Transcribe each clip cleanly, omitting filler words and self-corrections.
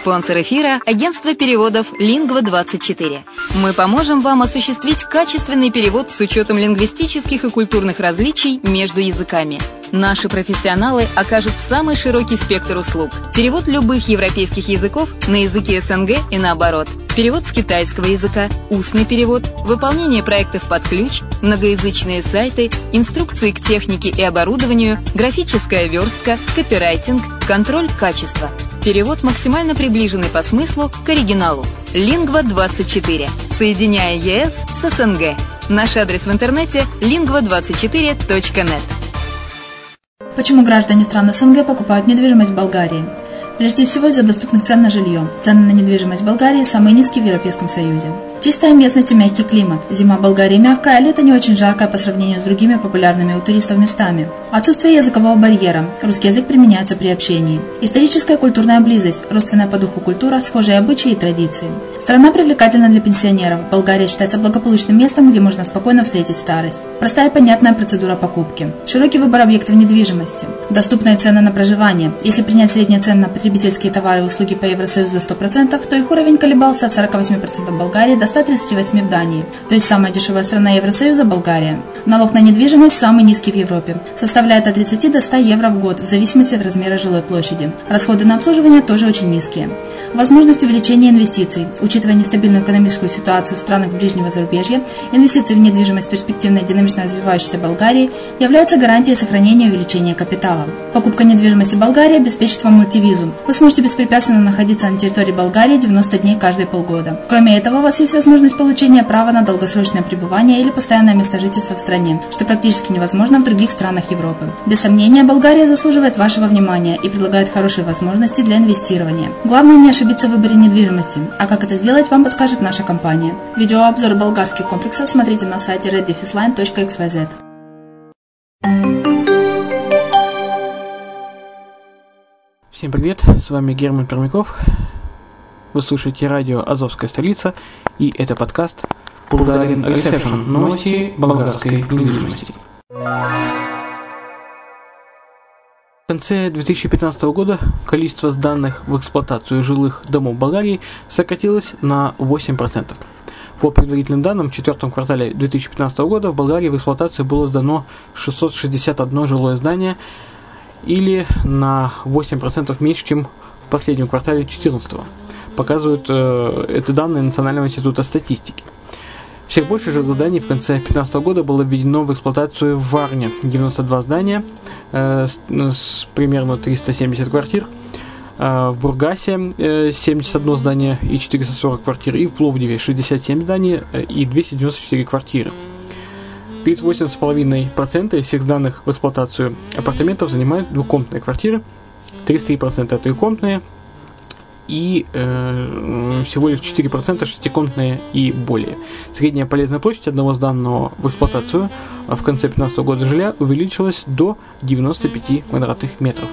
Спонсор эфира – агентство переводов Lingva24. Мы поможем вам осуществить качественный перевод с учетом лингвистических и культурных различий между языками. Наши профессионалы окажут самый широкий спектр услуг. Перевод любых европейских языков на языки СНГ и наоборот. Перевод с китайского языка, устный перевод, выполнение проектов под ключ, многоязычные сайты, инструкции к технике и оборудованию, графическая верстка, копирайтинг, контроль качества. Перевод максимально приближенный по смыслу к оригиналу. Lingva24. Соединяя ЕС с СНГ. Наш адрес в интернете lingva24.net. Почему граждане стран СНГ покупают недвижимость в Болгарии? Прежде всего из-за доступных цен на жилье. Цены на недвижимость в Болгарии самые низкие в Европейском Союзе. Чистая местность и мягкий климат. Зима в Болгарии мягкая, а лето не очень жаркое по сравнению с другими популярными у туристов местами. Отсутствие языкового барьера. Русский язык применяется при общении. Историческая и культурная близость. Родственная по духу культура, схожие обычаи и традиции. Страна привлекательна для пенсионеров. Болгария считается благополучным местом, где можно спокойно встретить старость. Простая и понятная процедура покупки. Широкий выбор объектов недвижимости. Доступные цены на проживание. Если принять средние цены на потребительские товары и услуги по Евросоюзу за 100%, то их уровень колебался от 48% в Болгарии до 138% в Дании. То есть самая дешевая страна Евросоюза – Болгария. Налог на недвижимость самый низкий в Европе. Составляет от 30 до 100 евро в год, в зависимости от размера жилой площади. Расходы на обслуживание тоже очень низкие. Возможность увеличения инвестиций. Учитывая нестабильную экономическую ситуацию в странах ближнего зарубежья, инвестиции в недвижимость перспективной и динамично развивающейся Болгарии являются гарантией сохранения и увеличения капитала. Покупка недвижимости в Болгарии обеспечит вам мультивизу. Вы сможете беспрепятственно находиться на территории Болгарии 90 дней каждые полгода. Кроме этого, у вас есть возможность получения права на долгосрочное пребывание или постоянное место жительства в стране, что практически невозможно в других странах Европы. Без сомнения, Болгария заслуживает вашего внимания и предлагает хорошие возможности для инвестирования. Главное не ошибиться в выборе недвижимости, а как это сделать, вам подскажет наша компания. Видеообзор болгарских комплексов смотрите на сайте reddefisline.xyz. Всем привет, с вами Герман Пермяков. Вы слушаете радио «Азовская столица», и это подкаст «Bulgarian Reception. Новости болгарской недвижимости». В конце 2015 года количество сданных в эксплуатацию жилых домов Болгарии сократилось на 8%. По предварительным данным, в четвертом квартале 2015 года в Болгарии в эксплуатацию было сдано 661 жилое здание, или на 8% меньше, чем в последнем квартале 2014 года. Показывают это данные Национального института статистики. Всех больше жилых зданий в конце 2015 года было введено в эксплуатацию в Варне. 92 здания с примерно 370 квартир. В Бургасе 71 здание и 440 квартир. И в Пловдиве 67 зданий и 294 квартиры. 38,5% из всех сданных в эксплуатацию апартаментов занимают двухкомнатные квартиры, 33% трехкомнатные и всего лишь 4% шестикомнатные и более. Средняя полезная площадь одного сданного в эксплуатацию в конце 2015 года жилья увеличилась до 95 квадратных метров.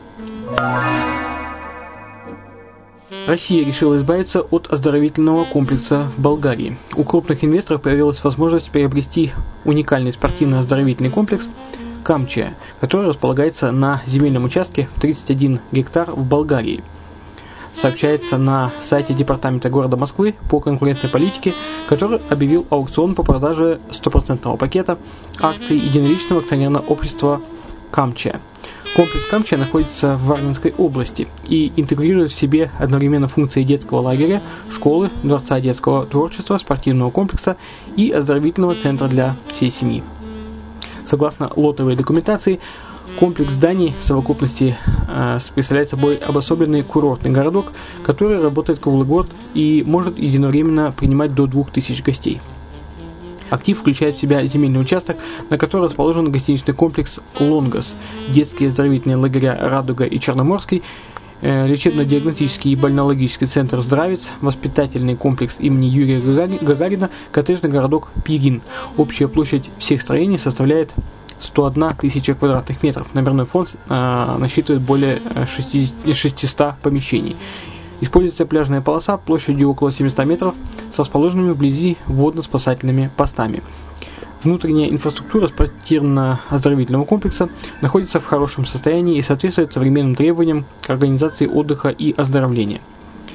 Россия решила избавиться от оздоровительного комплекса в Болгарии. У крупных инвесторов появилась возможность приобрести уникальный спортивно-оздоровительный комплекс «Камчия», который располагается на земельном участке в 31 гектар в Болгарии. Сообщается на сайте Департамента города Москвы по конкурентной политике, который объявил аукцион по продаже 100% пакета акций единоличного акционерного общества «Камчия». Комплекс «Камчия» находится в Варнинской области и интегрирует в себе одновременно функции детского лагеря, школы, дворца детского творчества, спортивного комплекса и оздоровительного центра для всей семьи. Согласно лотовой документации, комплекс зданий в совокупности представляет собой обособленный курортный городок, который работает круглый год и может единовременно принимать до 2000 гостей. Актив включает в себя земельный участок, на котором расположен гостиничный комплекс «Лонгос», детские оздоровительные лагеря «Радуга» и «Черноморский», лечебно-диагностический и больнологический центр «Здравец», воспитательный комплекс имени Юрия Гагарина, коттеджный городок «Пирин». Общая площадь всех строений составляет 101 тысяча квадратных метров. Номерной фонд насчитывает более 600 помещений. Используется пляжная полоса площадью около 700 метров с расположенными вблизи водно-спасательными постами. Внутренняя инфраструктура спортивно-оздоровительного комплекса находится в хорошем состоянии и соответствует современным требованиям к организации отдыха и оздоровления.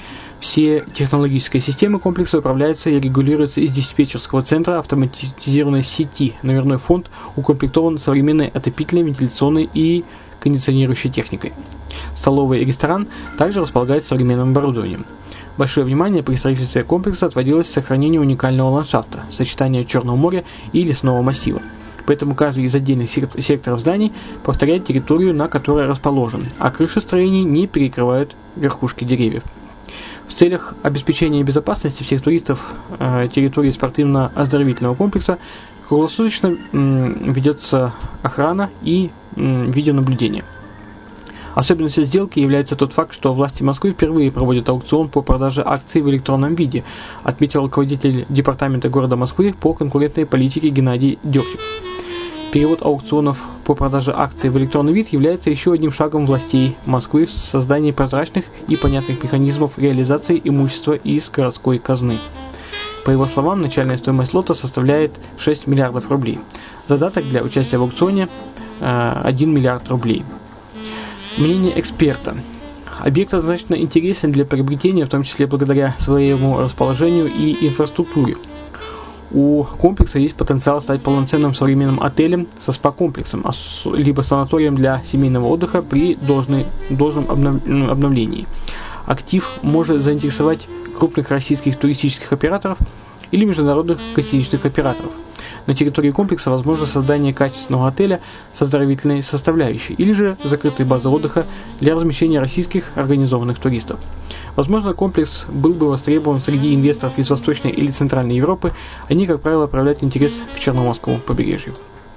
Все технологические системы комплекса управляются и регулируются из диспетчерского центра автоматизированной сети. Номерной фонд укомплектован современной отопительной, вентиляционной и кондиционирующей техникой. Столовая и ресторан также располагаются современным оборудованием. Большое внимание при строительстве комплекса отводилось сохранению уникального ландшафта, сочетания Черного моря и лесного массива. Поэтому каждый из отдельных секторов зданий повторяет территорию, на которой расположен, а крыши строений не перекрывают верхушки деревьев. В целях обеспечения безопасности всех туристов территории спортивно-оздоровительного комплекса круглосуточно ведется охрана и видеонаблюдение. Особенностью сделки является тот факт, что власти Москвы впервые проводят аукцион по продаже акций в электронном виде, отметил руководитель департамента города Москвы по конкурентной политике Геннадий Дегтев. Перевод аукционов по продаже акций в электронный вид является еще одним шагом властей Москвы в создании прозрачных и понятных механизмов реализации имущества из городской казны. По его словам, начальная стоимость лота составляет 6 миллиардов рублей. Задаток для участия в аукционе 1 миллиард рублей. Мнение эксперта. Объект однозначно интересен для приобретения, в том числе благодаря своему расположению и инфраструктуре. У комплекса есть потенциал стать полноценным современным отелем со спа-комплексом, либо санаторием для семейного отдыха при должном обновлении. Актив может заинтересовать крупных российских туристических операторов или международных гостиничных операторов. На территории комплекса возможно создание качественного отеля с оздоровительной составляющей или же закрытой базы отдыха для размещения российских организованных туристов. Возможно, комплекс был бы востребован среди инвесторов из Восточной или Центральной Европы. Они, как правило, проявляют интерес к Черноморскому побережью.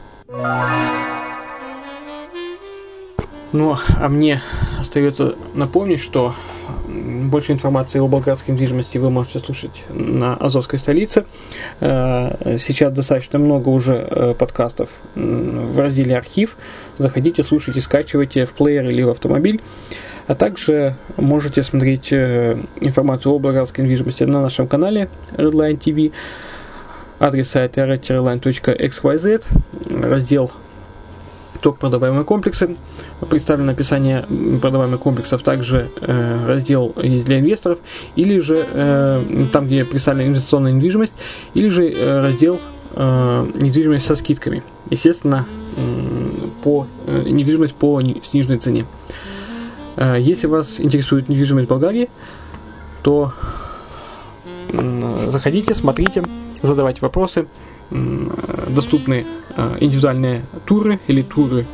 Ну, а мне остается напомнить, что больше информации о болгарской недвижимости вы можете слушать на Азовской столице. Сейчас достаточно много уже подкастов в разделе «Архив». Заходите, слушайте, скачивайте в плеер или в автомобиль. А также можете смотреть информацию о болгарской недвижимости на нашем канале Redline TV. Адрес сайта redline.xyz, раздел «Топ продаваемые комплексы». Представлено описание продаваемых комплексов, также раздел есть для инвесторов, или же там, где представлена инвестиционная недвижимость, или же раздел недвижимость со скидками. Естественно, недвижимость по сниженной цене. Если вас интересует недвижимость в Болгарии, то заходите, смотрите, задавайте вопросы. Доступны индивидуальные туры или туры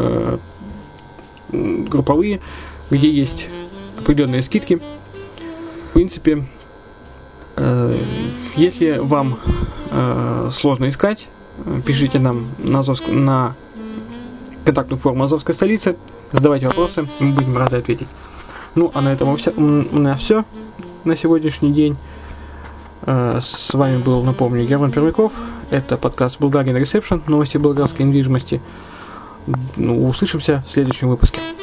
групповые, где есть определенные скидки. В принципе, если вам сложно искать, пишите нам на контактную форму Азовской столицы, задавайте вопросы, мы будем рады ответить. Ну, а на этом у меня все на сегодняшний день. С вами был, напомню, Герман Пермяков. Это подкаст Bulgarian Reception, новости болгарской недвижимости. Услышимся в следующем выпуске.